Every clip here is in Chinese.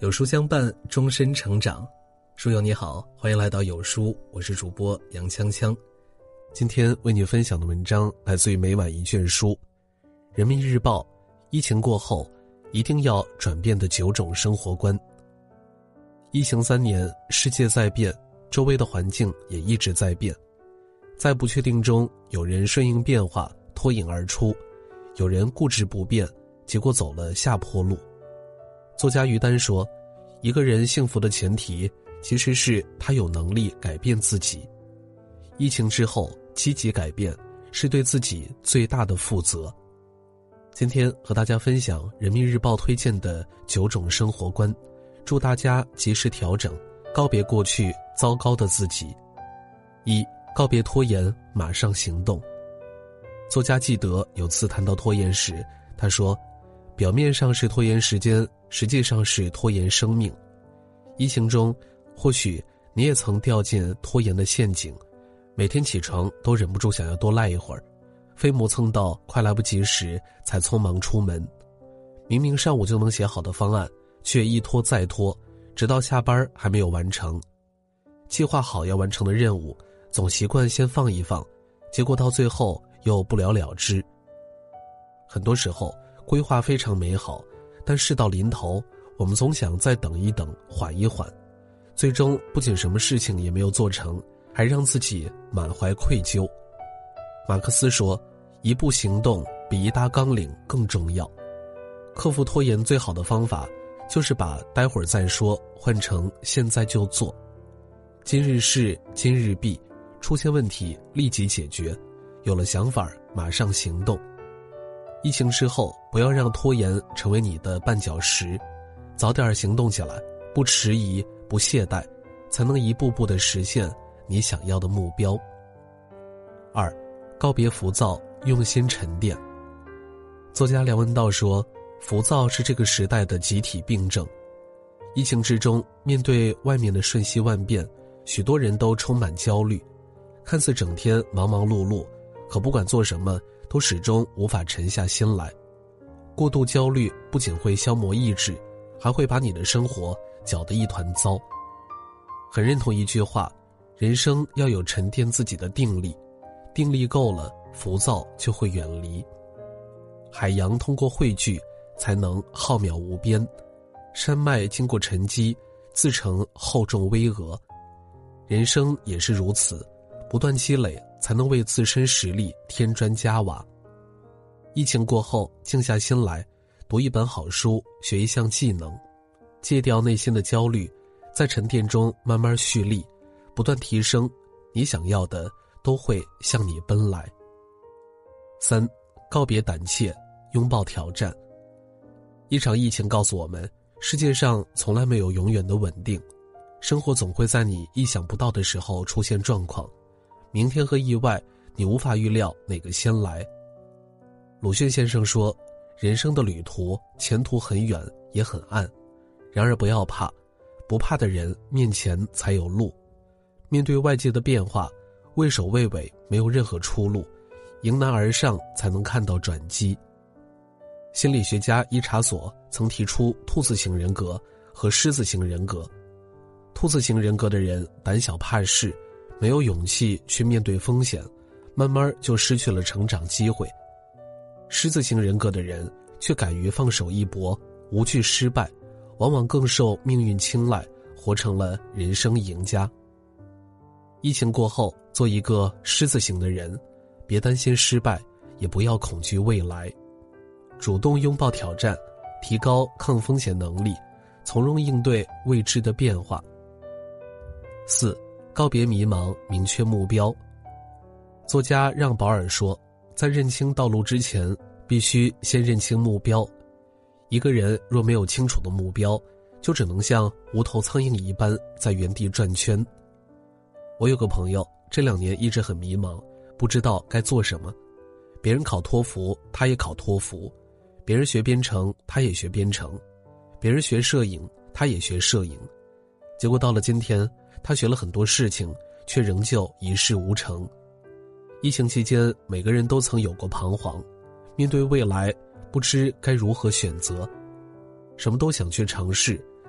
有书相伴，终身成长。书友你好，欢迎来到有书，我是主播杨锵锵。今天为你分享的文章来自于每晚一卷书，人民日报，疫情过后一定要转变的9种生活观。疫情3年，世界在变，周围的环境也一直在变。在不确定中，有人顺应变化脱颖而出，有人固执不变，结果走了下坡路。作家于丹说，一个人幸福的前提其实是他有能力改变自己。疫情之后，积极改变是对自己最大的负责。今天和大家分享人民日报推荐的9种生活观，祝大家及时调整，告别过去糟糕的自己。1. 告别拖延，马上行动。作家纪德有次谈到拖延时，他说，表面上是拖延时间，实际上是拖延生命。疫情中，或许你也曾掉进拖延的陷阱，每天起床都忍不住想要多赖一会儿，非磨蹭到快来不及时才匆忙出门。明明上午就能写好的方案，却一拖再拖，直到下班还没有完成。计划好要完成的任务，总习惯先放一放，结果到最后又不了了之。很多时候规划非常美好，但事到临头，我们总想再等一等，缓一缓，最终不仅什么事情也没有做成，还让自己满怀愧疚。马克思说，一步行动比一大纲领更重要。克服拖延最好的方法，就是把待会儿再说换成现在就做。今日事今日毕，出现问题立即解决，有了想法马上行动。疫情之后，不要让拖延成为你的绊脚石，早点行动起来，不迟疑，不懈怠，才能一步步地实现你想要的目标。2. 告别浮躁，用心沉淀。作家梁文道说，浮躁是这个时代的集体病症。疫情之中，面对外面的瞬息万变，许多人都充满焦虑，看似整天忙忙碌碌，可不管做什么都始终无法沉下心来。过度焦虑不仅会消磨意志，还会把你的生活搅得一团糟。很认同一句话，人生要有沉淀自己的定力，定力够了，浮躁就会远离。海洋通过汇聚才能浩渺无边，山脉经过沉积自成厚重巍峨。人生也是如此，不断积累才能为自身实力添砖加瓦。疫情过后，静下心来，读一本好书，学一项技能，戒掉内心的焦虑，在沉淀中慢慢蓄力，不断提升，你想要的都会向你奔来。3. 告别胆怯，拥抱挑战。一场疫情告诉我们，世界上从来没有永远的稳定，生活总会在你意想不到的时候出现状况，明天和意外，你无法预料哪个先来。鲁迅先生说，人生的旅途前途很远也很暗，然而不要怕，不怕的人面前才有路。面对外界的变化，畏首畏尾没有任何出路，迎难而上才能看到转机。心理学家伊查索曾提出兔子型人格和狮子型人格。兔子型人格的人胆小怕事，没有勇气去面对风险，慢慢就失去了成长机会。狮子型人格的人却敢于放手一搏，无惧失败，往往更受命运青睐，活成了人生赢家。疫情过后，做一个狮子型的人，别担心失败，也不要恐惧未来，主动拥抱挑战，提高抗风险能力，从容应对未知的变化。4. 告别迷茫，明确目标。作家让·保尔说，在认清道路之前，必须先认清目标。一个人若没有清楚的目标，就只能像无头苍蝇一般在原地转圈。我有个朋友，这2年一直很迷茫，不知道该做什么。别人考托福，他也考托福；别人学编程，他也学编程；别人学摄影，他也学摄影。结果到了今天，他学了很多事情，却仍旧一事无成。疫情期间，每个人都曾有过彷徨，面对未来，不知该如何选择。什么都想去尝试，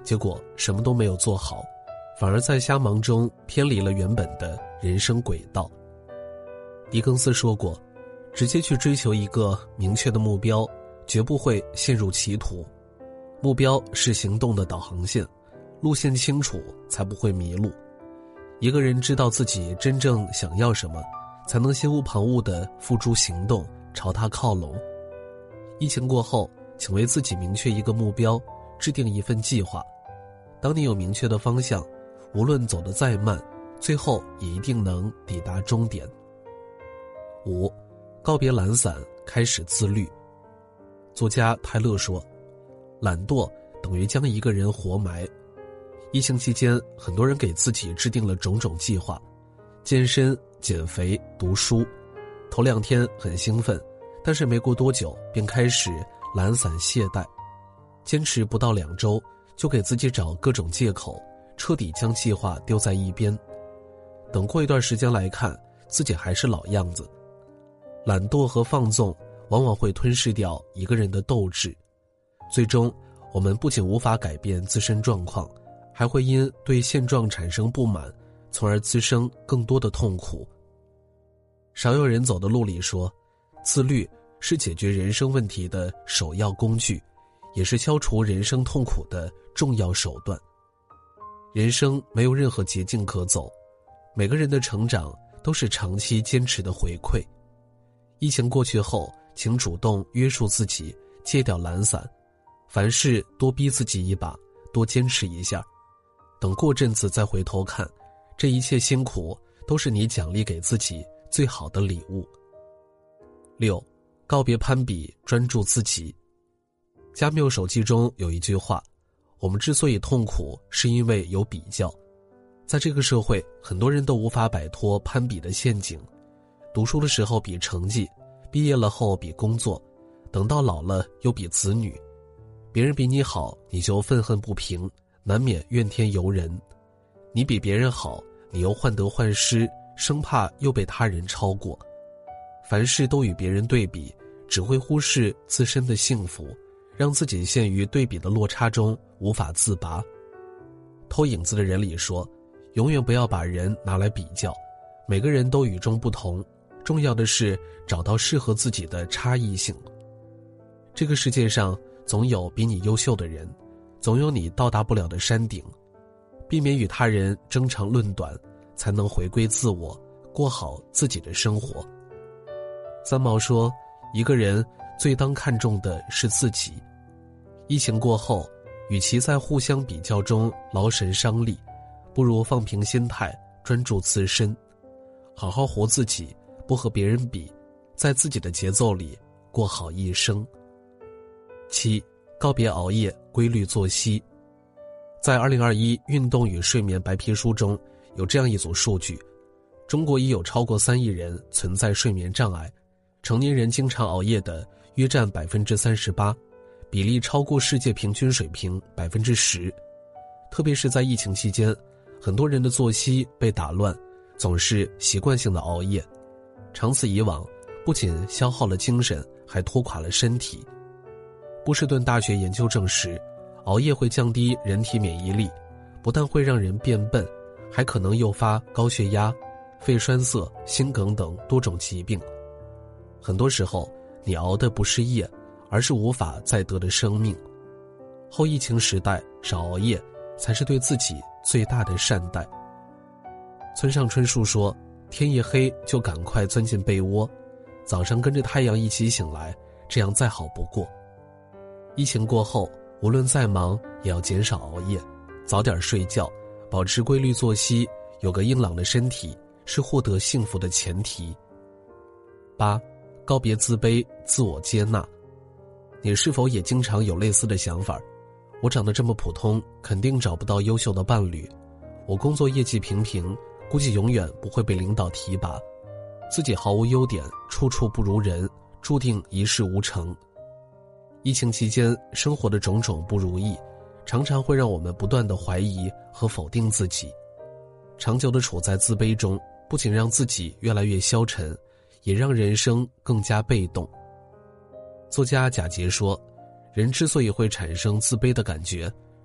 结果什么都没有做好，反而在瞎忙中偏离了原本的人生轨道。狄更斯说过，直接去追求一个明确的目标，绝不会陷入歧途。目标是行动的导航线，路线清楚才不会迷路。一个人知道自己真正想要什么，才能心无旁骛地付诸行动，朝它靠拢。疫情过后，请为自己明确一个目标，制定一份计划。当你有明确的方向，无论走得再慢，最后也一定能抵达终点。5. 告别懒散，开始自律。作家泰勒说，懒惰等于将一个人活埋。疫情期间，很多人给自己制定了种种计划，健身、减肥、读书。头2天很兴奋，但是没过多久便开始懒散懈怠，坚持不到2周，就给自己找各种借口，彻底将计划丢在一边。等过一段时间来看，自己还是老样子。懒惰和放纵往往会吞噬掉一个人的斗志，最终我们不仅无法改变自身状况，还会因对现状产生不满，从而滋生更多的痛苦。少有人走的路里说，自律是解决人生问题的首要工具，也是消除人生痛苦的重要手段。人生没有任何捷径可走，每个人的成长都是长期坚持的回馈。疫情过去后，请主动约束自己，戒掉懒散，凡事多逼自己一把，多坚持一下。等过阵子再回头看，这一切辛苦都是你奖励给自己最好的礼物。6. 告别攀比，专注自己。加缪手记中有一句话，我们之所以痛苦，是因为有比较。在这个社会，很多人都无法摆脱攀比的陷阱。读书的时候比成绩，毕业了后比工作，等到老了又比子女。别人比你好，你就愤恨不平，难免怨天尤人。你比别人好，你又患得患失，生怕又被他人超过。凡事都与别人对比，只会忽视自身的幸福，让自己陷于对比的落差中无法自拔。偷影子的人里说，永远不要把人拿来比较，每个人都与众不同，重要的是找到适合自己的差异性。这个世界上总有比你优秀的人，总有你到达不了的山顶。避免与他人争长论短，才能回归自我，过好自己的生活。三毛说，一个人最当看重的是自己。疫情过后，与其在互相比较中劳神伤力，不如放平心态，专注自身，好好活自己，不和别人比，在自己的节奏里过好一生。7. 告别熬夜，规律作息。在2021运动与睡眠白皮书中，有这样一组数据，中国已有超过3亿人存在睡眠障碍，成年人经常熬夜的约占 38%， 比例超过世界平均水平 10%。 特别是在疫情期间，很多人的作息被打乱，总是习惯性的熬夜，长此以往，不仅消耗了精神，还拖垮了身体。波士顿大学研究证实，熬夜会降低人体免疫力，不但会让人变笨，还可能诱发高血压、肺栓塞、心梗等多种疾病。很多时候，你熬的不是夜，而是无法再得的生命。后疫情时代，少熬夜才是对自己最大的善待。村上春树说，天一黑就赶快钻进被窝，早上跟着太阳一起醒来，这样再好不过。疫情过后，无论再忙也要减少熬夜，早点睡觉，保持规律作息，有个硬朗的身体是获得幸福的前提。8. 告别自卑，自我接纳。你是否也经常有类似的想法？我长得这么普通，肯定找不到优秀的伴侣。我工作业绩平平，估计永远不会被领导提拔。自己毫无优点，处处不如人，注定一事无成。疫情期间，生活的种种不如意，常常会让我们不断地怀疑和否定自己。长久地处在自卑中，不仅让自己越来越消沉，也让人生更加被动。作家贾捷说，人之所以会产生自卑的感觉，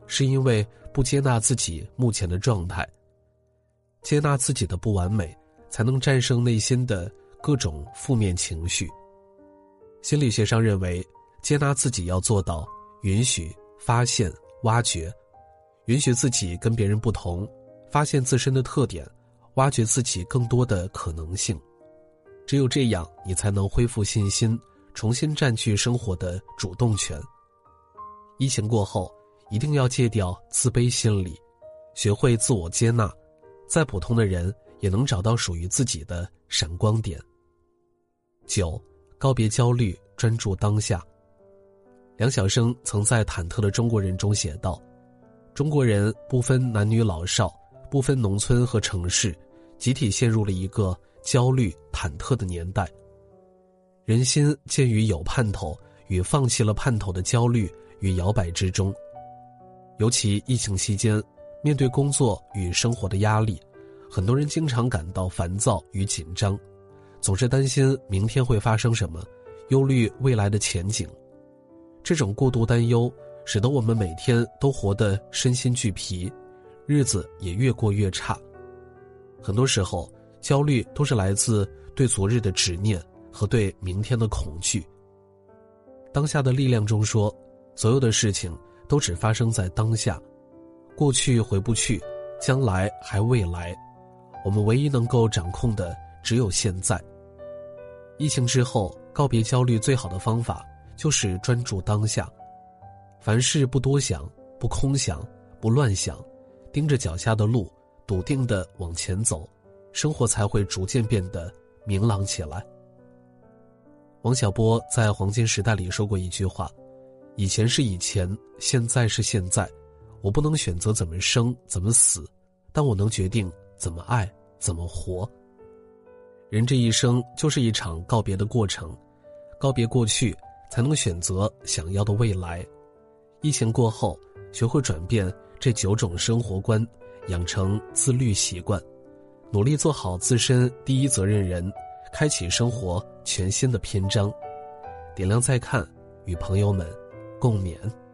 是因为不接纳自己目前的状态。接纳自己的不完美，才能战胜内心的各种负面情绪。心理学上认为，接纳自己要做到允许、发现、挖掘，允许自己跟别人不同，发现自身的特点，挖掘自己更多的可能性。只有这样，你才能恢复信心，重新占据生活的主动权。疫情过后，一定要戒掉自卑心理，学会自我接纳，再普通的人也能找到属于自己的闪光点。9. 告别焦虑，专注当下。梁晓声曾在《忐忑的中国人》中写道，中国人不分男女老少，不分农村和城市，集体陷入了一个焦虑忐忑的年代。人心介于有盼头与放弃了盼头的焦虑与摇摆之中。尤其疫情期间，面对工作与生活的压力，很多人经常感到烦躁与紧张，总是担心明天会发生什么，忧虑未来的前景。这种过度担忧使得我们每天都活得身心俱疲，日子也越过越差。很多时候，焦虑都是来自对昨日的执念和对明天的恐惧。当下的力量中说，所有的事情都只发生在当下，过去回不去，将来还未来，我们唯一能够掌控的只有现在。疫情之后，告别焦虑最好的方法就是专注当下，凡事不多想，不空想，不乱想，盯着脚下的路，笃定地往前走，生活才会逐渐变得明朗起来。王小波在《黄金时代》里说过一句话，以前是以前，现在是现在，我不能选择怎么生怎么死，但我能决定怎么爱怎么活。人这一生就是一场告别的过程，告别过去，才能选择想要的未来。疫情过后，学会转变这9种生活观，养成自律习惯，努力做好自身第一责任人，开启生活全新的篇章。点亮再看，与朋友们共勉。